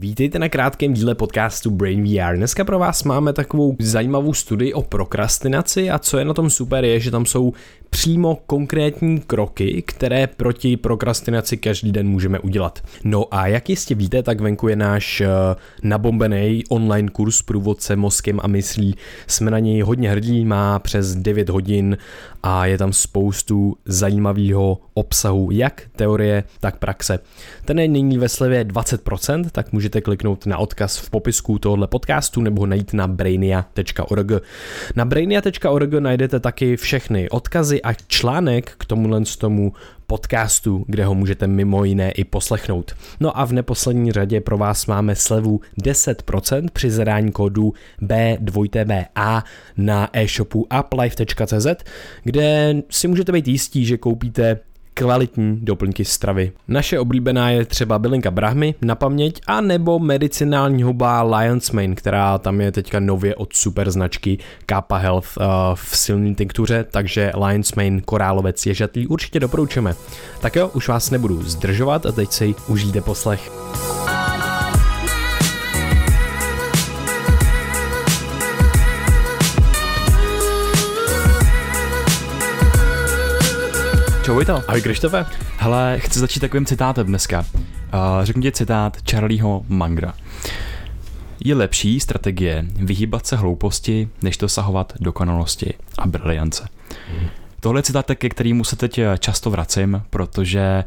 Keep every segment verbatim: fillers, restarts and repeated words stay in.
Vítejte na krátkém díle podcastu Brain V R. Dneska pro vás máme takovou zajímavou studii o prokrastinaci a co je na tom super je, že tam jsou přímo konkrétní kroky, které proti prokrastinaci každý den můžeme udělat. No a jak jistě víte, tak venku je náš nabombený online kurz Průvodce mozkem a myslí. Jsme na něj hodně hrdí, má přes devět hodin a je tam spoustu zajímavého obsahu, jak teorie, tak praxe. Ten je nyní ve slevě dvacet procent, tak můžete kliknout na odkaz v popisku tohoto podcastu nebo ho najít na brainia tečka org. Na brainia tečka org najdete taky všechny odkazy a článek k tomuhle z tomu podcastu, kde ho můžete mimo jiné i poslechnout. No a v neposlední řadě pro vás máme slevu deset procent při zadání kódu B dva B A na e-shopu uplife tečka cé zet, kde si můžete být jistí, že koupíte kvalitní doplňky stravy. Naše oblíbená je třeba bylinka brahmy na paměť a nebo medicinální huba Lion's Mane, která tam je teďka nově od super značky Kappa Health uh, v silný tinktuře, takže Lion's Mane korálovec ježatý určitě doporučujeme. Tak jo, už vás nebudu zdržovat a teď si užijte poslech. Čau Vojto. Ahoj Krištofe. Hele, chci začít takovým citátem dneska. Uh, řeknu ti citát Charlieho Mangera. Je lepší strategie vyhýbat se hlouposti, než dosahovat dokonalosti a briliance. Hmm. Tohle je citát, ke kterému se teď často vracím, protože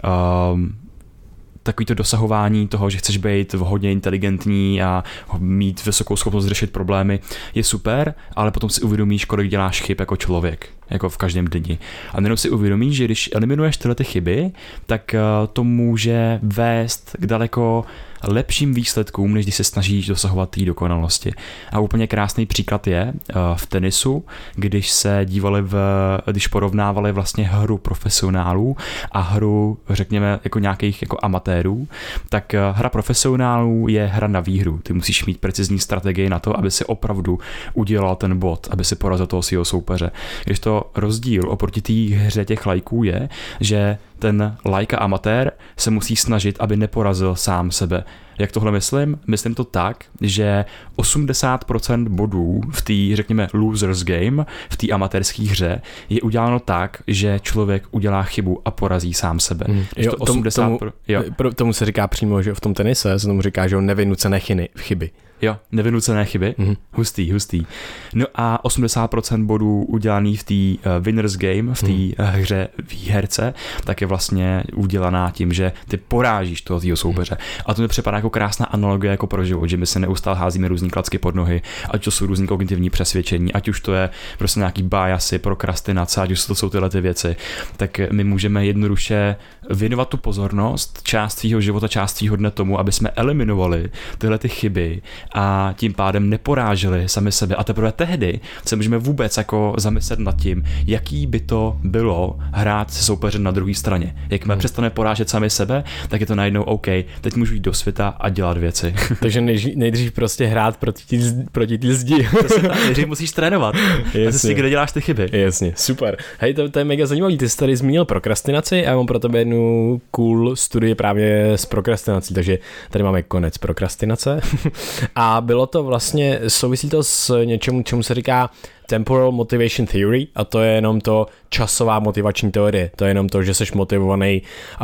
uh, takový to dosahování toho, že chceš být hodně inteligentní a mít vysokou schopnost řešit problémy, je super, ale potom si uvědomíš, kolik děláš chyb jako člověk, jako v každém dni. A nejenom si uvědomíš, že když eliminuješ tyhle ty chyby, tak to může vést k daleko lepším výsledkům, než když se snažíš dosahovat té dokonalosti. A úplně krásný příklad je v tenisu, když se dívali v, když porovnávali vlastně hru profesionálů a hru, řekněme, jako nějakých jako amatérů, tak hra profesionálů je hra na výhru. Ty musíš mít precizní strategii na to, aby si opravdu udělal ten bod, aby si porazil toho svého soupeře. Když to rozdíl oproti té hře těch lajků je, že ten like a amatér se musí snažit, aby neporazil sám sebe. Jak tohle myslím? Myslím to tak, že osmdesát procent bodů v té, řekněme, losers game, v té amatérské hře, je uděláno tak, že člověk udělá chybu a porazí sám sebe. Hmm. Jo, to osmdesát tomu, pro, jo. tomu se říká přímo, že v tom tenise se tomu říká, že nevynucené chyby. Jo, nevynucené chyby. Mm-hmm. Hustý, hustý. No a osmdesát procent bodů udělaný v té uh, winners game, v té mm. uh, hře výherce, tak je vlastně udělaná tím, že ty porážíš toho týho soupeře. Mm. A to mi připadá jako krásná analogie jako pro život, že my se neustále házíme různý klacky pod nohy, ať to jsou různý kognitivní přesvědčení, ať už to je prostě nějaký biasy, prokrastinace, ať už to jsou tyhle ty věci, tak my můžeme jednoduše věnovat tu pozornost, část svého života, část svého dne tomu, aby jsme eliminovali tyhle ty chyby a tím pádem neporáželi sami sebe. A teprve tehdy se můžeme vůbec jako zamyslet nad tím, jaký by to bylo hrát se soupeřem na druhé straně. Jakmile hmm. přestaneme porážet sami sebe, tak je to najednou OK, teď můžu jít do světa a dělat věci. Takže nejdřív, nejdřív prostě hrát proti ty, proti ty zdi. Nejdřív musíš trénovat. A ty kde děláš ty chyby. Jasně, super. Hej, to, to je mega zajímavý. Ty jsi tady zmínil prokrastinaci a já mám pro tebe jednu cool studii právě s prokrastinací, takže tady máme konec prokrastinace. A bylo to vlastně, souvisí to s něčemu, čemu se říká Temporal Motivation Theory, a to je jenom to časová motivační teorie. To je jenom to, že jsi motivovaný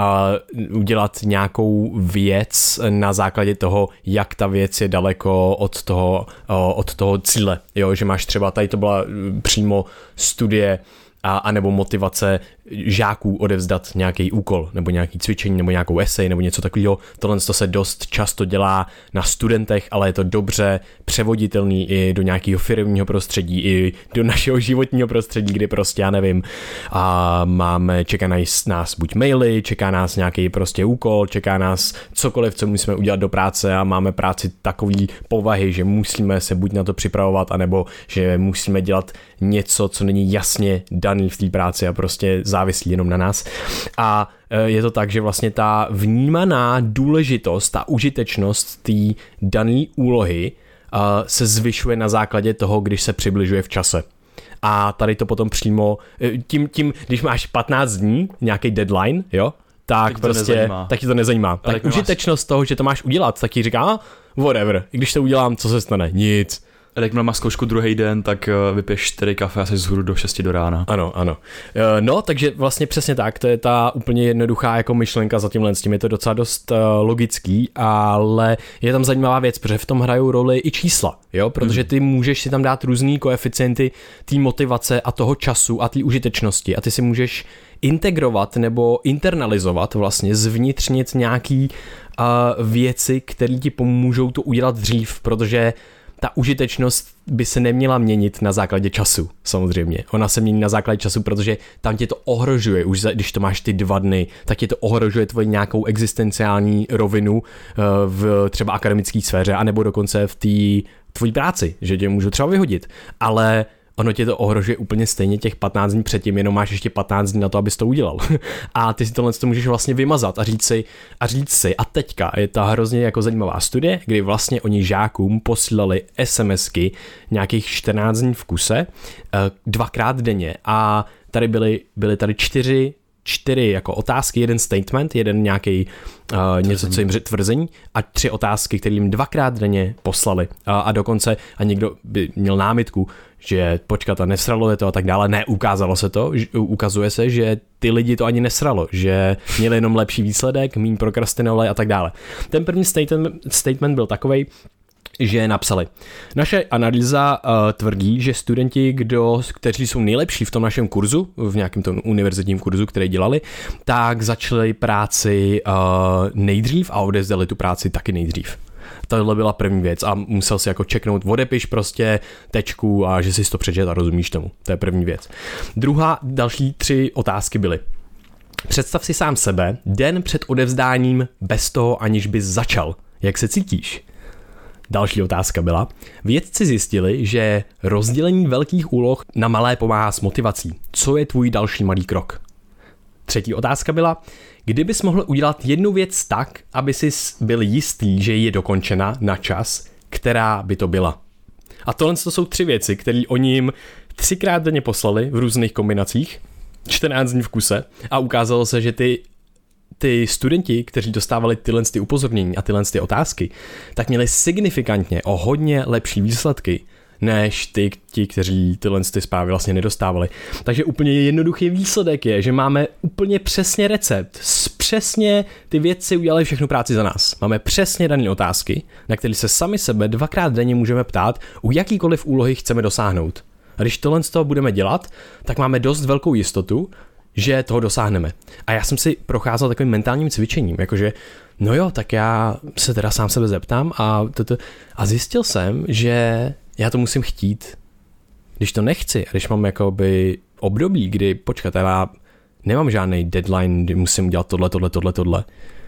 uh, udělat nějakou věc na základě toho, jak ta věc je daleko od toho, uh, od toho cíle. Jo, že máš třeba, tady to byla přímo studie a, a nebo motivace žáků odevzdat nějaký úkol, nebo nějaký cvičení, nebo nějakou esej, nebo něco takového. Tohle to se dost často dělá na studentech, ale je to dobře převoditelný i do nějakého firmního prostředí, i do našeho životního prostředí, kdy prostě, já nevím, a máme, čeká nás buď maily, čeká nás nějaký prostě úkol, čeká nás cokoliv, co musíme udělat do práce a máme práci takový povahy, že musíme se buď na to připravovat, anebo že musíme dělat něco, co není jasně daný v té práci a prostě závislí jenom na nás. A je to tak, že vlastně ta vnímaná důležitost, ta užitečnost té dané úlohy se zvyšuje na základě toho, když se přibližuje v čase. A tady to potom přímo, tím, tím když máš patnáct dní, nějaký deadline, jo, tak, tak prostě, tak ti to nezajímá. Tak užitečnost máš... toho, že to máš udělat, tak ti říká, whatever, i když to udělám, co se stane? Nic. A jakmile máš zkoušku druhý den, tak vypiješ čtyři kafe a jsi zhůru do šesti do rána. Ano, ano. No, takže vlastně přesně tak, to je ta úplně jednoduchá jako myšlenka za tímhle, s tím je to docela dost uh, logický, ale je tam zajímavá věc, protože v tom hrajou roli i čísla, jo, protože ty můžeš si tam dát různý koeficienty té motivace a toho času a té užitečnosti a ty si můžeš integrovat nebo internalizovat vlastně, zvnitřnit nějaký uh, věci, které ti pomůžou to udělat dřív, protože ta užitečnost by se neměla měnit na základě času, samozřejmě. Ona se mění na základě času, protože tam tě to ohrožuje, už když to máš ty dva dny, tak tě to ohrožuje tvoji nějakou existenciální rovinu v třeba akademické sféře, anebo dokonce v té tvojí práci, že tě můžu třeba vyhodit. Ale ono tě to ohrožuje úplně stejně těch patnáct dní předtím, jenom máš ještě patnáct dní na to, abys to udělal. A ty si tohle to můžeš vlastně vymazat a říct si, a říct si, a teďka je ta hrozně jako zajímavá studie, kdy vlastně oni žákům posílali SMSky nějakých čtrnáct dní v kuse, dvakrát denně a tady byly, byly tady čtyři čtyři jako otázky, jeden statement, jeden nějaký uh, něco, co jim řek tvrzení a tři otázky, které jim dvakrát denně poslali. A, a dokonce a někdo by měl námitku, že počkat a nesralo je to a tak dále. Ne, ukázalo se to, že, ukazuje se, že ty lidi to ani nesralo, že měli jenom lepší výsledek, míň prokrastinovali a tak dále. Ten první statement, statement byl takovej, že napsali. Naše analýza uh, tvrdí, že studenti, kdo, kteří jsou nejlepší v tom našem kurzu, v nějakém tom univerzitním kurzu, který dělali, tak začali práci uh, nejdřív a odevzdali tu práci taky nejdřív. Tohle byla první věc a musel si jako čeknout, odepiš prostě tečku a že si to přečet a rozumíš tomu. To je první věc. Druhá, další tři otázky byly. Představ si sám sebe den před odevzdáním bez toho, aniž bys začal. Jak se cítíš? Další otázka byla, vědci zjistili, že rozdělení velkých úloh na malé pomáhá s motivací. Co je tvůj další malý krok? Třetí otázka byla, kdybys mohl udělat jednu věc tak, aby jsi byl jistý, že je dokončena na čas, která by to byla. A tohle to jsou tři věci, které oni jim třikrát denně poslali v různých kombinacích, čtrnáct dní v kuse a ukázalo se, že ty ty studenti, kteří dostávali tyhle ty upozornění a tyhle ty otázky, tak měli signifikantně o hodně lepší výsledky, než ty, ti, kteří tyhle ty zprávy vlastně nedostávali. Takže úplně jednoduchý výsledek je, že máme úplně přesně recept. Přesně ty vědci udělali všechnu práci za nás. Máme přesně dané otázky, na které se sami sebe dvakrát denně můžeme ptát, u jakýkoliv úlohy chceme dosáhnout. A když tohle z toho budeme dělat, tak máme dost velkou jistotu, že toho dosáhneme. A já jsem si procházel takovým mentálním cvičením, jakože no jo, tak já se teda sám sebe zeptám a, toto, a zjistil jsem, že já to musím chtít. Když to nechci, a když mám jakoby období, kdy počkat, já nemám žádný deadline, kdy musím dělat tohle, tohle, tohle, tohle,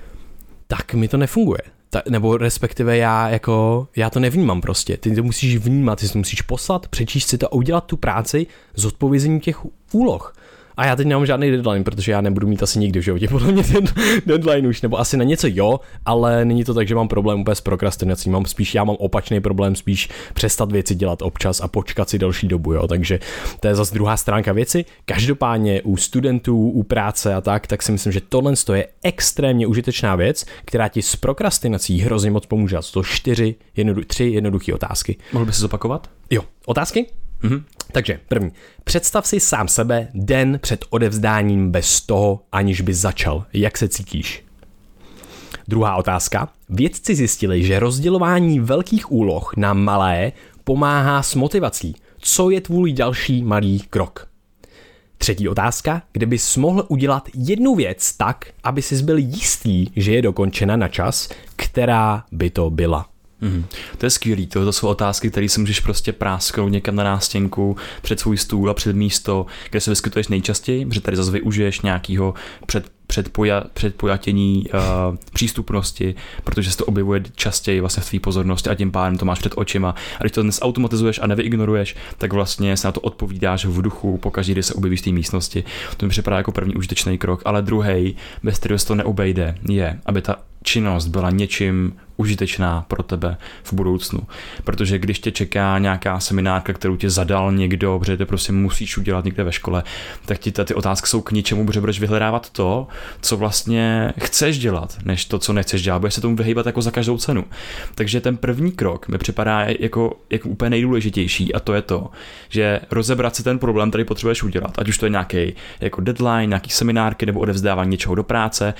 tak mi to nefunguje. Ta, nebo respektive já jako, já to nevnímám prostě. Ty to musíš vnímat, ty to musíš poslat, přečíst si to a udělat tu práci z odpovězení těch úloh. A já teď nemám žádný deadline, protože já nebudu mít asi nikdy v životě podle mě ten deadline už, nebo asi na něco jo, ale není to tak, že mám problém úplně s prokrastinací, mám spíš, já mám opačný problém, spíš přestat věci dělat občas a počkat si delší dobu, jo, takže to je zase druhá stránka věci. Každopádně u studentů, u práce a tak, tak si myslím, že tohle je extrémně užitečná věc, která ti s prokrastinací hrozně moc pomůže. To čtyři, jednodu, tři jednoduché otázky. Mohl bys se zopakovat? Jo, otázky? Mhm. Takže první. Představ si sám sebe den před odevzdáním bez toho, aniž bys začal. Jak se cítíš? Druhá otázka. Vědci zjistili, že rozdělování velkých úloh na malé pomáhá s motivací. Co je tvůj další malý krok? Třetí otázka. Kdybys mohl udělat jednu věc tak, aby jsi byl jistý, že je dokončena na čas, která by to byla? Mm, to je skvělý, to, to jsou otázky, které si můžeš prostě prásknout někam na nástěnku před svůj stůl a před místo, kde se vyskytuješ nejčastěji, protože tady zase využiješ nějakého před, předpoja, předpojatění uh, přístupnosti, protože se to objevuje častěji vlastně v tvý pozornosti a tím pádem to máš před očima. A když to dnes automatizuješ a nevyignoruješ, tak vlastně se na to odpovídáš v duchu pokaždé, kdy se objevíš v té místnosti. To mi připadá jako první užitečný krok, ale druhý, bez kterého se to neobejde, je, aby ta činnost byla něčím užitečná pro tebe v budoucnu. Protože když tě čeká nějaká seminárka, kterou tě zadal někdo, protože to prostě musíš udělat někde ve škole, tak ti ty otázky jsou k ničemu, protože budeš vyhledávat to, co vlastně chceš dělat, než to, co nechceš dělat. Budeš se tomu vyhýbat jako za každou cenu. Takže ten první krok mi připadá jako, jako úplně nejdůležitější a to je to, že rozebrat si ten problém, který potřebuješ udělat, ať už to je nějaký jako deadline, nějaký seminárky nebo odevzdávání něčeho do práce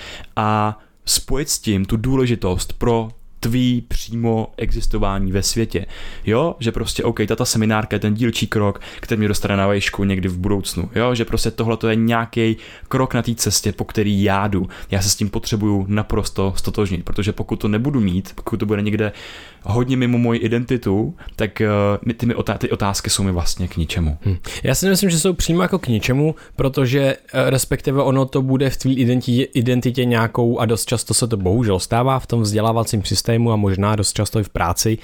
a spojit s tím tu důležitost pro tvý přímo existování ve světě. Jo, že prostě OK, tato seminárka je ten dílčí krok, který mě dostane na vejšku někdy v budoucnu. Jo, že prostě tohle to je nějaký krok na té cestě, po který já jdu. Já se s tím potřebuju naprosto stotožnit, protože pokud to nebudu mít, pokud to bude někde hodně mimo moji identitu, tak uh, ty, mi otá- ty otázky jsou mi vlastně k ničemu. Hmm. Já si myslím, že jsou přímo jako k ničemu, protože respektive ono to bude v tvý identitě, identitě nějakou a dost často se to bohužel stává v tom vzdělávacím systému a možná dost často i v práci.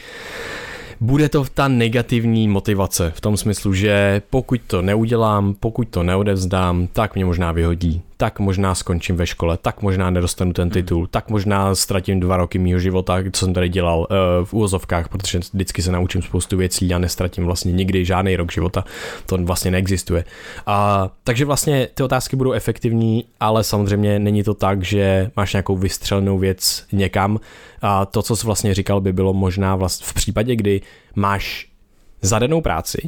Bude to ta negativní motivace v tom smyslu, že pokud to neudělám, pokud to neodevzdám, tak mě možná vyhodí, tak možná skončím ve škole, tak možná nedostanu ten titul, hmm. tak možná ztratím dva roky mýho života, co jsem tady dělal uh, v úvozovkách, protože vždycky se naučím spoustu věcí a nestratím vlastně nikdy žádný rok života, to vlastně neexistuje. A, takže vlastně ty otázky budou efektivní, ale samozřejmě není to tak, že máš nějakou vystřelenou věc někam. A to, co jsi vlastně říkal, by bylo možná vlastně v případě, kdy máš zadanou práci,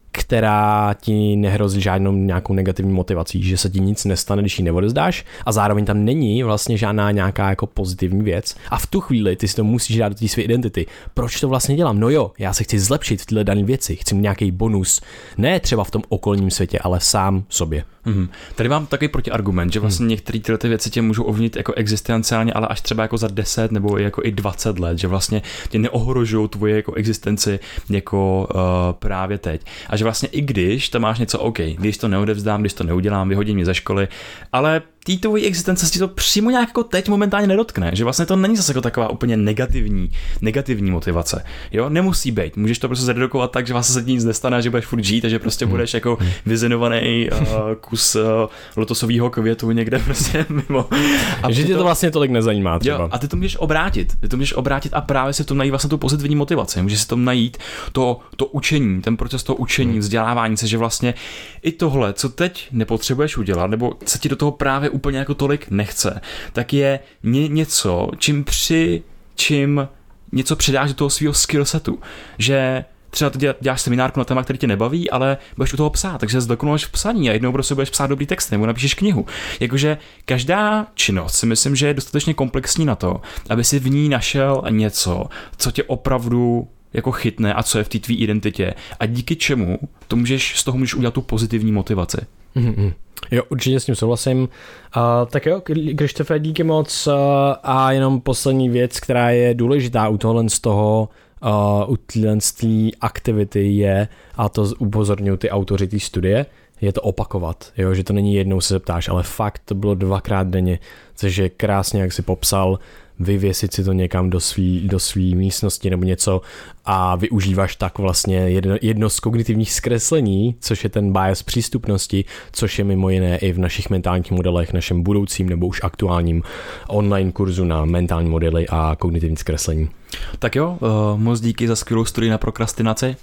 která ti nehrozí žádnou nějakou negativní motivací, že se ti nic nestane, když ji neodevzdáš a zároveň tam není vlastně žádná nějaká jako pozitivní věc a v tu chvíli ty si to musíš dát do té své identity. Proč to vlastně dělám? No jo, já se chci zlepšit v této dané věci, chci mít nějaký bonus, ne třeba v tom okolním světě, ale sám sobě. Mm-hmm. Tady mám takový protiargument, že vlastně hmm. některé tyhle ty věci tě můžou ovlivnit jako existenciálně, ale až třeba jako za deset nebo jako i dvacet let, že vlastně tě neohrožují tvoje jako existenci jako uh, právě teď. A že vlastně i když tam máš něco OK, když to neodevzdám, když to neudělám, vyhodím mě ze školy, ale tý tvojí existence si to přímo nějak jako teď momentálně nedotkne, že vlastně to není zase jako taková úplně negativní, negativní motivace. Jo, nemusí být. Můžeš to prostě zredukovat tak, že vlastně se ti nic nestane, že budeš furt žít a že prostě budeš jako vyzenovaný uh, kus uh, lotosového květu někde prostě mimo. A že tě to, to vlastně tolik nezajímá třeba. Jo, a ty to můžeš obrátit. Ty to můžeš obrátit a právě si v tom najít vlastně tu pozitivní motivaci. Můžeš si v tom najít to, to učení, ten proces toho učení, vzdělávání se, že vlastně i tohle, co teď nepotřebuješ udělat, nebo se ti do toho právě úplně jako tolik nechce, tak je ně, něco, čím při, čím něco přidáš do toho svého skillsetu, že třeba ty děláš seminárku na téma, který tě nebaví, ale budeš u toho psát, takže se zdokonaluješ v psaní a jednou prostě budeš psát dobrý text nebo napíšeš knihu. Jakože každá činnost si myslím, že je dostatečně komplexní na to, aby si v ní našel něco, co tě opravdu jako chytne a co je v té tvý identitě a díky čemu to můžeš, z toho můžeš udělat tu pozitivní motivaci. Mm-hmm. Jo, určitě s tím souhlasím. Uh, tak jo, Krištofe, díky moc uh, a jenom poslední věc, která je důležitá u tohle z toho, uh, u téhle aktivity je, a to upozorňují ty autoři té studie, je to opakovat, jo, že to není jednou se zeptáš, ale fakt to bylo dvakrát denně, což je krásně, jak si popsal, vyvěsit si to někam do svý, do svý místnosti nebo něco a využíváš tak vlastně jedno, jedno z kognitivních zkreslení, což je ten bias přístupnosti, což je mimo jiné i v našich mentálních modelech, našem budoucím nebo už aktuálním online kurzu na mentální modely a kognitivní zkreslení. Tak jo, uh, moc díky za skvělou studii na prokrastinaci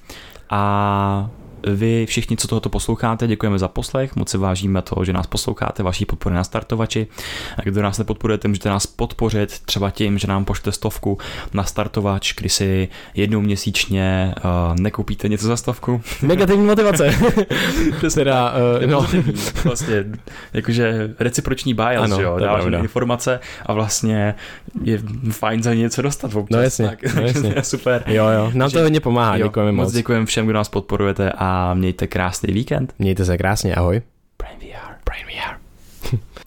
a vy všichni, co tohoto posloucháte, děkujeme za poslech, moc si vážíme toho, že nás posloucháte, vaší podpory na Startovači. A kdo nás nepodporujete, můžete nás podpořit třeba tím, že nám pošlete stovku na Startovač, kdy si jednou měsíčně uh, nekoupíte něco za stovku. Negativní motivace. teda, uh, no. Vlastně, jakože reciproční bias, ano, že jo, dáváš informace a vlastně je fajn za něco dostat občas. No jasně, tak. No jasně. Super. Jo, jo, nám to hodně pomáhá, jo, děkujeme moc. Moc děkujeme všem, kdo nás podporujete a mějte krásný víkend. Mějte se krásně, ahoj. Brain V R, Brain V R.